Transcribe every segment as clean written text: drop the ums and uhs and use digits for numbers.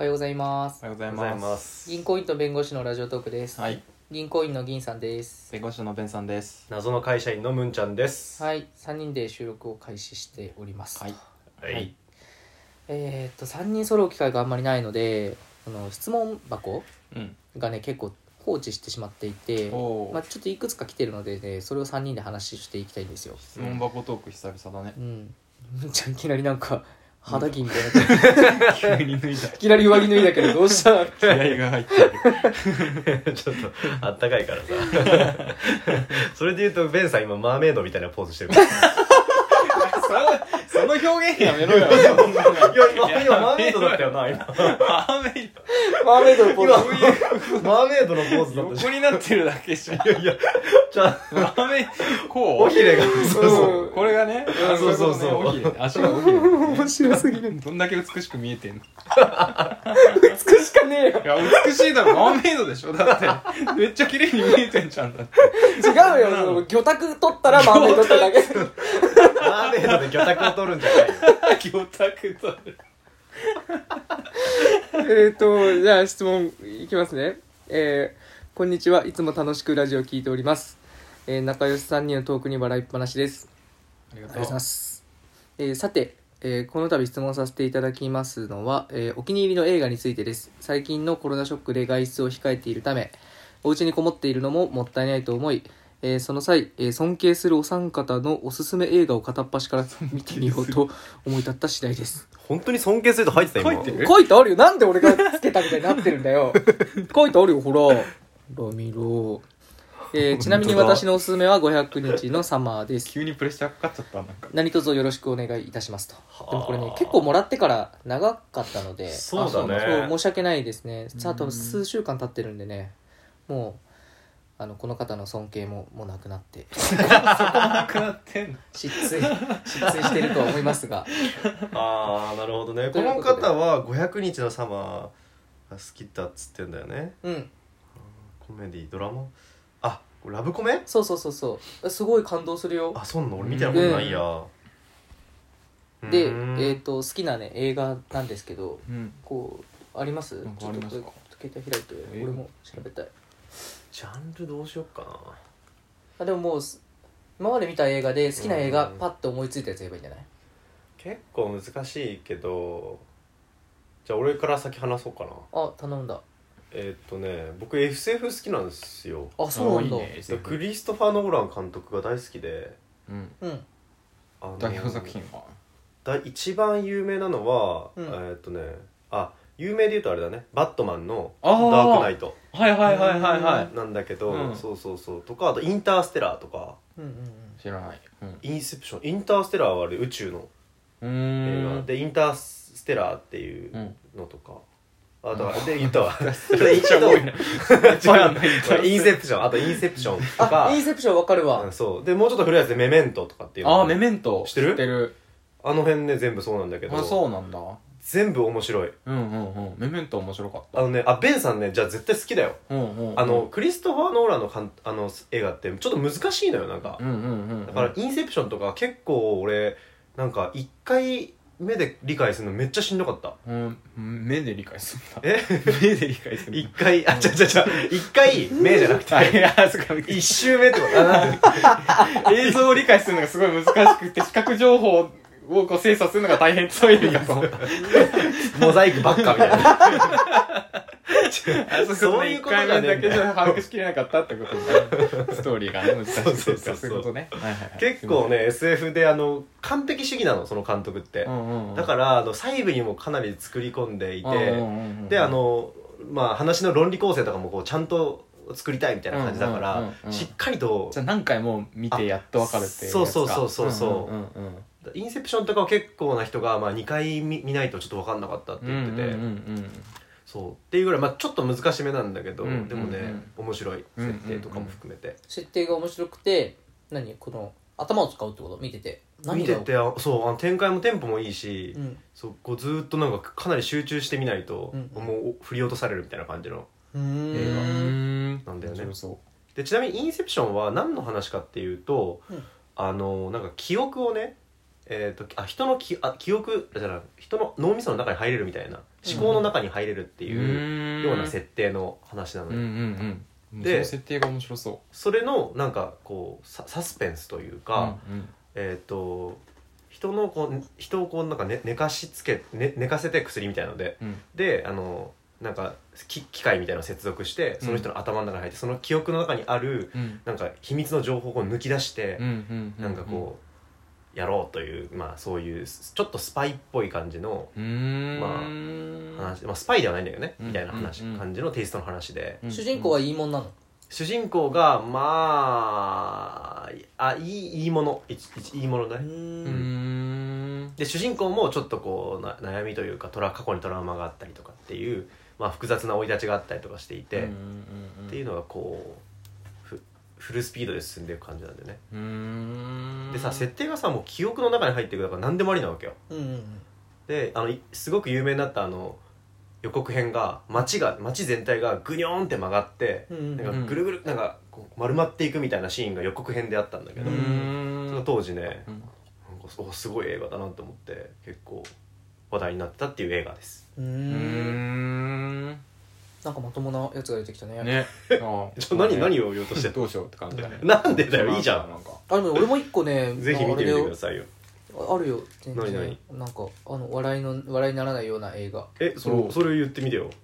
おはようございます。 おはようございます。 銀行員と弁護士のラジオトークです。 はい。 銀行員の銀さんです。 弁護士のベンさんです。 謎の会社員のムンちゃんです。 はい、3人で収録を開始しております。 はい。 はい。 3人揃う機会があんまりないので、この質問箱がね、結構放置してしまっていて、ちょっといくつか来てるので、ね、それを3人で話していきたいんですよ。 質問箱トーク久々だね。 ムンちゃんいきなりなんか肌着みたいな急に脱いだ。 いきなり上着脱いだけどどうした気合が入ってる。 ちょっとあったかいからさ。それで言うとベンさん今マーメイドみたいなポーズしてる。 その表現やめろよ。 いや今マーメイドだったよな。今マーメイマーメイドのポーズマーメイドのポーズドだった横になってるだけじゃん。 いやじゃあマーメイドこうおひれがそうこれがね。 そうそうそう。おひれ足がおひれ。 面白すぎる。 どんだけ美しく見えてんの。 美しかねえよ。 いや美しいだろ。マーメイドでしょ。だってめっちゃ綺麗に見えてんじゃん。だって違うよ。その魚拓取ったらマーメイド取っただけ。 マーメイドで魚拓を取るんじゃないよ。 魚拓とる。 じゃあ質問いきますね。こんにちは。いつも楽しくラジオを聞いております。仲良し3人のトークに笑いっぱなしです。 ありがとうありがとうございます。さて、この度質問させていただきますのは、お気に入りの映画についてです。最近のコロナショックで外出を控えているため、お家にこもっているのももったいないと思い、その際、尊敬するお三方のおすすめ映画を片っ端から見てみようと思い立った次第です。 本当に尊敬すると入ってた今。 書いてる書いてあるよ。なんで俺がつけたみたいになってるんだよ。書いてあるよ、ほら。見ろ。ちなみに私のおすすめは500日のサマーです。 急にプレッシャーかかっちゃった。なんか何卒よろしくお願いいたしますと。でもこれね、結構もらってから長かったので、 そうだそうね。 申し訳ないですね。さあ、多分数週間経ってるんでね、もうこの方の尊敬ももうなくなってなくなってんの。 失墜してるとは思いますが、 ああなるほどね。このということで方は500日のサマーが好きだっつってんだよね。コメディドラマこれラブコメ。 そうすごい感動するよ。 あそうなの。俺見てたことないや。 で好きなね映画なんですけど、こうあります？ なんかありますか？ ちょっと携帯開いて、俺も調べたい。 ジャンルどうしよっかな。 でももう今まで見た映画で好きな映画パッと思いついたやつ言えばいいんじゃない？ 結構難しいけど、じゃあ俺から先話そうかな。 あ、頼んだ。 僕 SF 好きなんですよ。 あ、そうなんだ。 いいね。 クリストファー・ノーラン監督が大好きで、 代表作品は一番有名なのは、有名で言うとあれだね、バットマンのダークナイトなんだけど、そうとか、あとインターステラーとか、 知らない。 インセプション。インターステラーはあれ宇宙の映画で、インターステラーっていうのとか、あとで言ったわ。インセプション、あとインセプションとか。 インセプションわかるわ。 そうでもうちょっと古いやつでメメントとかっていうの。 メメント知ってる？ 知ってる。 あの辺ね全部そうなんだけど。 あ、そうなんだ。 全部面白い。 メメント面白かった。 ベンさんね、じゃあ絶対好きだよ。クリストファー・ノーランの映画ってちょっと難しいのよ、なんか。だからインセプションとか結構俺なんか1回目で理解するのめっちゃしんどかった。 目で理解するんだ。 目で理解する。1回1回目じゃなくて1周目ってこと。 映像を理解するのがすごい難しくて、視覚情報をこう精査するのが大変そういうやつ。 モザイクばっかみたいな。 そういうことだね。だけじゃ把握しきれなかったってことね。ストーリーがね難しい。そういうことね。 結構ね SF で完璧主義なの、その監督って。だから細部にもかなり作り込んでいて、で話の論理構成とかもこうちゃんと作りたいみたいな感じだから、しっかりと。 じゃあ何回も見てやっと分かるっていうやつか。 そうインセプションとかは結構な人が2回見ないとちょっと分かんなかったって言ってて、そうっていうぐらいちょっと難しめなんだけど、でもね面白い設定とかも含めて。 設定が面白くて、この頭を使うってこと？見ててそう展開もテンポもいいし、そうこうずーっとなんかかなり集中してみないと、もう振り落とされるみたいな感じの映画なんだよね。でちなみにインセプションは何の話かっていうと、なんか記憶をね人の記憶じゃない、人の脳みその中に入れるみたいな、思考の中に入れるっていうような設定の話なのよ、 でその設定が面白そう。 それのなんかこうサスペンスというか、人をこうなんか、寝かせて薬みたいなので、でなんか機械みたいなのを接続してその人の頭の中に入って、その記憶の中にあるなんか秘密の情報を抜き出して、なんかこうやろうという、まあそういうちょっとスパイっぽい感じの話、スパイではないんだけどね、みたいな話、感じのテイストの話で、 主人公はいいもんなの？ 主人公がまあいいものだね。で主人公もちょっとこう悩みというか過去にトラウマがあったりとかっていう、まあ、複雑な生い立ちがあったりとかしていて、っていうのがこうフルスピードで進んでいく感じなんでね。でさ、設定がさもう記憶の中に入っていくだから何でもありなわけよ。ですごく有名になった予告編が街全体がグニョーンって曲がって、なんかぐるぐるなんかこう丸まっていくみたいなシーンが予告編であったんだけど、その当時ね、なんかすごい映画だなと思って結構話題になったっていう映画です。 なんかまともなやつが出てきたね。 何を言おうとしてどうしようって感じだね。 なんでだよ、いいじゃん。 でも俺も一個ねぜひ見てみてくださいよ。 あるよ全然。なんか笑いにならないような映画。 それ言ってみてよ。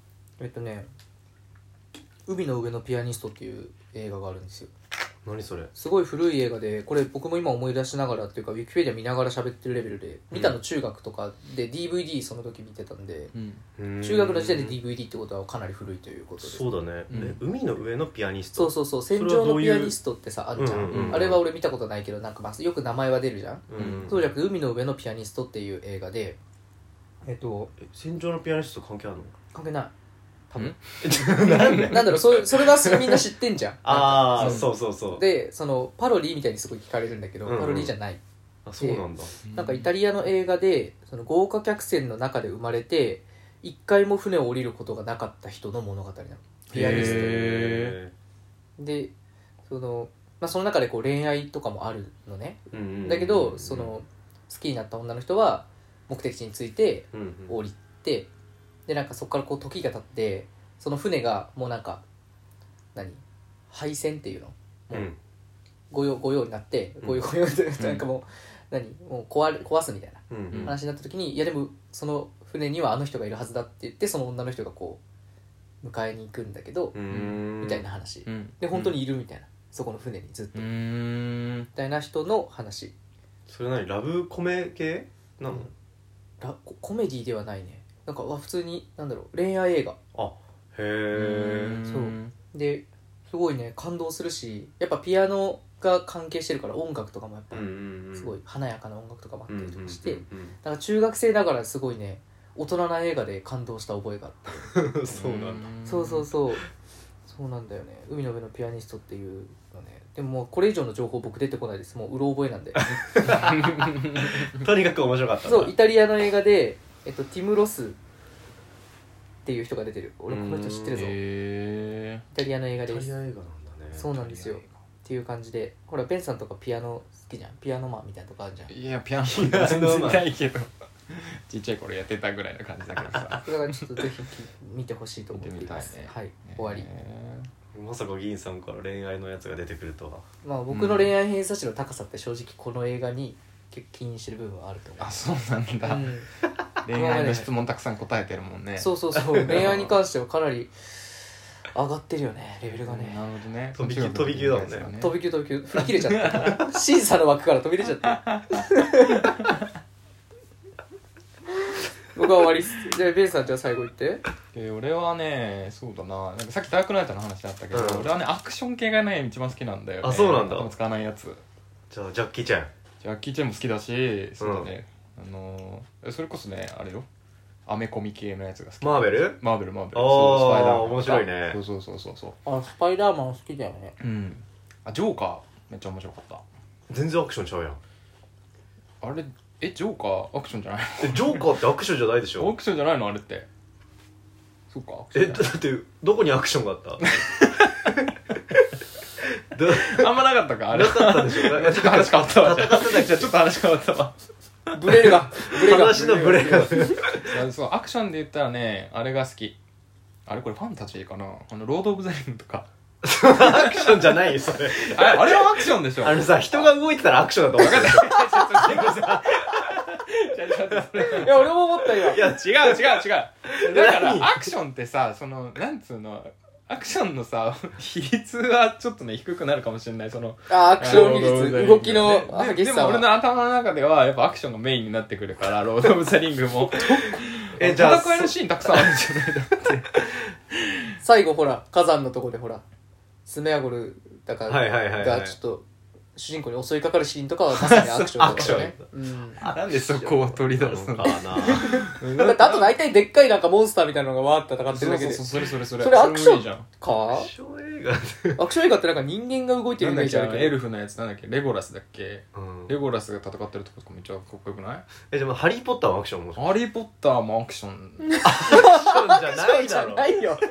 海の上のピアニストっていう映画があるんですよ。 何それ？ すごい古い映画で、これ僕も今思い出しながらっていうかウィキペディア見ながら喋ってるレベルで、見たの中学とかで DVD その時見てたんで、中学の時点で DVD ってことはかなり古いということで。 そうだね、海の上のピアニスト。 そう戦場のピアニストってさあるじゃん、あれは俺見たことないけど、なんかよく名前は出るじゃん、そうじゃなくて海の上のピアニストっていう映画で、 戦場のピアニスト関係あるの？ 関係ない多分。 なんだろう、それはみんな知ってんじゃん。 そうでそのパロディみたいにすごい聞かれるんだけど、パロディじゃない。 そうなんだ。 なんかイタリアの映画で、その豪華客船の中で生まれて一回も船を降りることがなかった人の物語なの、ピアニストで、その中でこう恋愛とかもあるのね、だけどその好きになった女の人は目的地に着いて降りて、でなんかそこからこう時が経って、その船がもうなんか廃船っていうのもう御用になって、御用ってなんかもうもう壊すみたいな話になった時に、いやでもその船にはあの人がいるはずだって言って、その女の人がこう迎えに行くんだけどみたいな話で、本当にいるみたいな、そこの船にずっとみたいな人の話。 それラブコメ系なの？ コメディではないね。なんか普通に恋愛映画。 へえ。 そうですごいね感動するし、やっぱピアノが関係してるから音楽とかもやっぱすごい華やかな音楽とかもあったりとかして、だから中学生ながらすごいね大人な映画で感動した覚えがあってそうなんだ。 そうなんだよね。海の上のピアニストっていうのね。でももうこれ以上の情報僕出てこないです。もううろ覚えなんでとにかく面白かった。 そうイタリアの映画で、ティム・ロスっていう人が出てる。俺この人知ってるぞ。イタリアの映画です。 イタリア映画なんだね。 そうなんですよっていう感じで、ほらベンさんとかピアノ好きじゃん。ピアノマンみたいなとこあるじゃん。 いやピアノ全然ないけどちっちゃい頃やってたぐらいの感じだけどさだからちょっとぜひ見てほしいと思っています。 見てみたいね。 はい、終わり。 まさか銀さんから恋愛のやつが出てくるとは。 まあ僕の恋愛偏差値の高さって正直この映画に結構起因してる部分はあると思う。 あ、そうなんだ、恋愛の質問たくさん答えてるもんね。 そう恋愛に関してはかなり上がってるよね、レベルがね。 なるほどね。飛び級だもんね。 飛び級振り切れちゃった審査の枠から飛び出ちゃった僕は終わりっす。じゃあベンさん、じゃあ最後言って。 俺はね、そうだな、なんかさっきダークナイトの話あったけど、俺はねアクション系がね一番好きなんだよね。 あ、そうなんだ。 頭使わないやつ。 じゃあジャッキー・チェンも好きだし、そうだね、それこそねあれよ、アメコミ系のやつが好き。マーベル。 ああ、 スパイダーマン面白いね。 そうあ、スパイダーマン好きだよね。 ジョーカーめっちゃ面白かった。 全然アクションちゃうやん。 あれジョーカーアクションじゃないの？ジョーカーってアクションじゃないでしょ。 アクションじゃないのあれって。そうか。 だってどこにアクションがあったあんまなかったかあれ。 なかったでしょ。 ちょっと話変わったわ。 戦ってたじゃあちょっと話変わったわ。 ブレるが話のブレがそうアクションで言ったらねあれが好き。あれこれファンタジーかな。ロード・オブ・ザ・リングとか。 アクションじゃないよそれ。 あれはアクションでしょ。 さ人が動いてたらアクションだと分かんない。 いや俺も思ったよ。 いや違うだからアクションってさなんつうのアクションのさ比率はちょっとね低くなるかもしれない。 アクション比率動きの激しさは。 でも俺の頭の中ではやっぱアクションがメインになってくるからロード・オブ・ザ・リングもじゃあ戦いのシーンたくさんあるんじゃないだって最後ほら火山のとこでほらスメアゴルだかはいはいはいはいがちょっと主人公に襲いかかるシーンとかはまさにアクションとかね。 なんでそこを取り出すのかな。 だってあと大体でっかいなんかモンスターみたいなのがわーって戦ってるだけで。 それそれアクションじゃん。 か？ アクション映画アクション映画ってなんか人間が動いてるイメージあるけど。 エルフのやつなんだっけレゴラスだっけ、レゴラスが戦ってるとこめっちゃかっこよくない？ でもハリーポッターはアクションもハリーポッターもアクションアクションじゃないじゃだろ。 ないよ。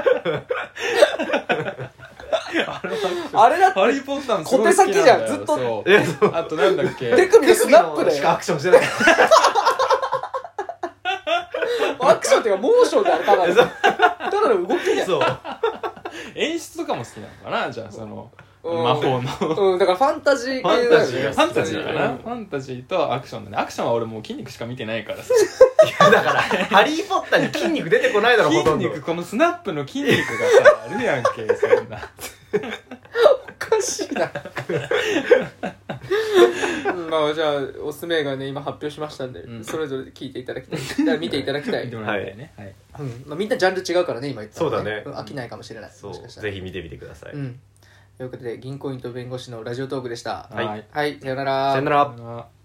あれだってハリーポッターのすごい好きなんだよ。 小手先じゃんずっとそうあとなんだっけ手首のスナップだよ。 しかアクションしてない。 アクションっていうかモーションであれただの動きじゃん。 そう演出とかも好きなのかな。じゃあ魔法のだからファンタジー系だよね。 ファンタジーかな。ファンタジーとアクションだね。アクションは俺もう筋肉しか見てないからさ。 いやだからハリーポッターに筋肉出てこないだろほとんど。 筋肉このスナップの筋肉がさあるやんけそんな。 おかしいな。まあじゃあおすすめ映画ね今発表しましたんで、それぞれ聞いていただきたい。見ていただきたい。 見てもらいたいね。 まあみんなジャンル違うからね今言ったら。 そうだね。 飽きないかもしれない。 そうもしかしたらぜひ見てみてください。 ということで銀行員と弁護士のラジオトークでした。 はい。 はい、さよなら。 さよなら。